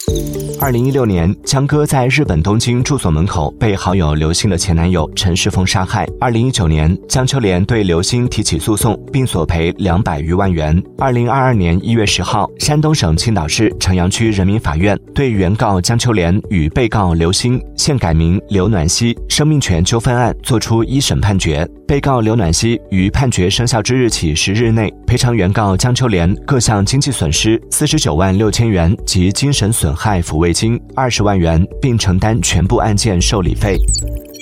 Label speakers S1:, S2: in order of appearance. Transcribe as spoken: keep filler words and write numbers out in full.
S1: 二零一六年，江歌在日本东京住所门口被好友刘鑫的前男友陈世峰杀害。二零一九年，江秋莲对刘鑫提起诉讼，并索赔两百余万元。二零二二年一月十号，山东省青岛市城阳区人民法院对原告江秋莲与被告刘鑫（现改名刘暖希）生命权纠纷案作出一审判决。被告刘暖希于判决生效之日起十日内赔偿原告江秋莲各项经济损失四十九万六千元及精神损害抚慰金二十万元，并承担全部案件受理费。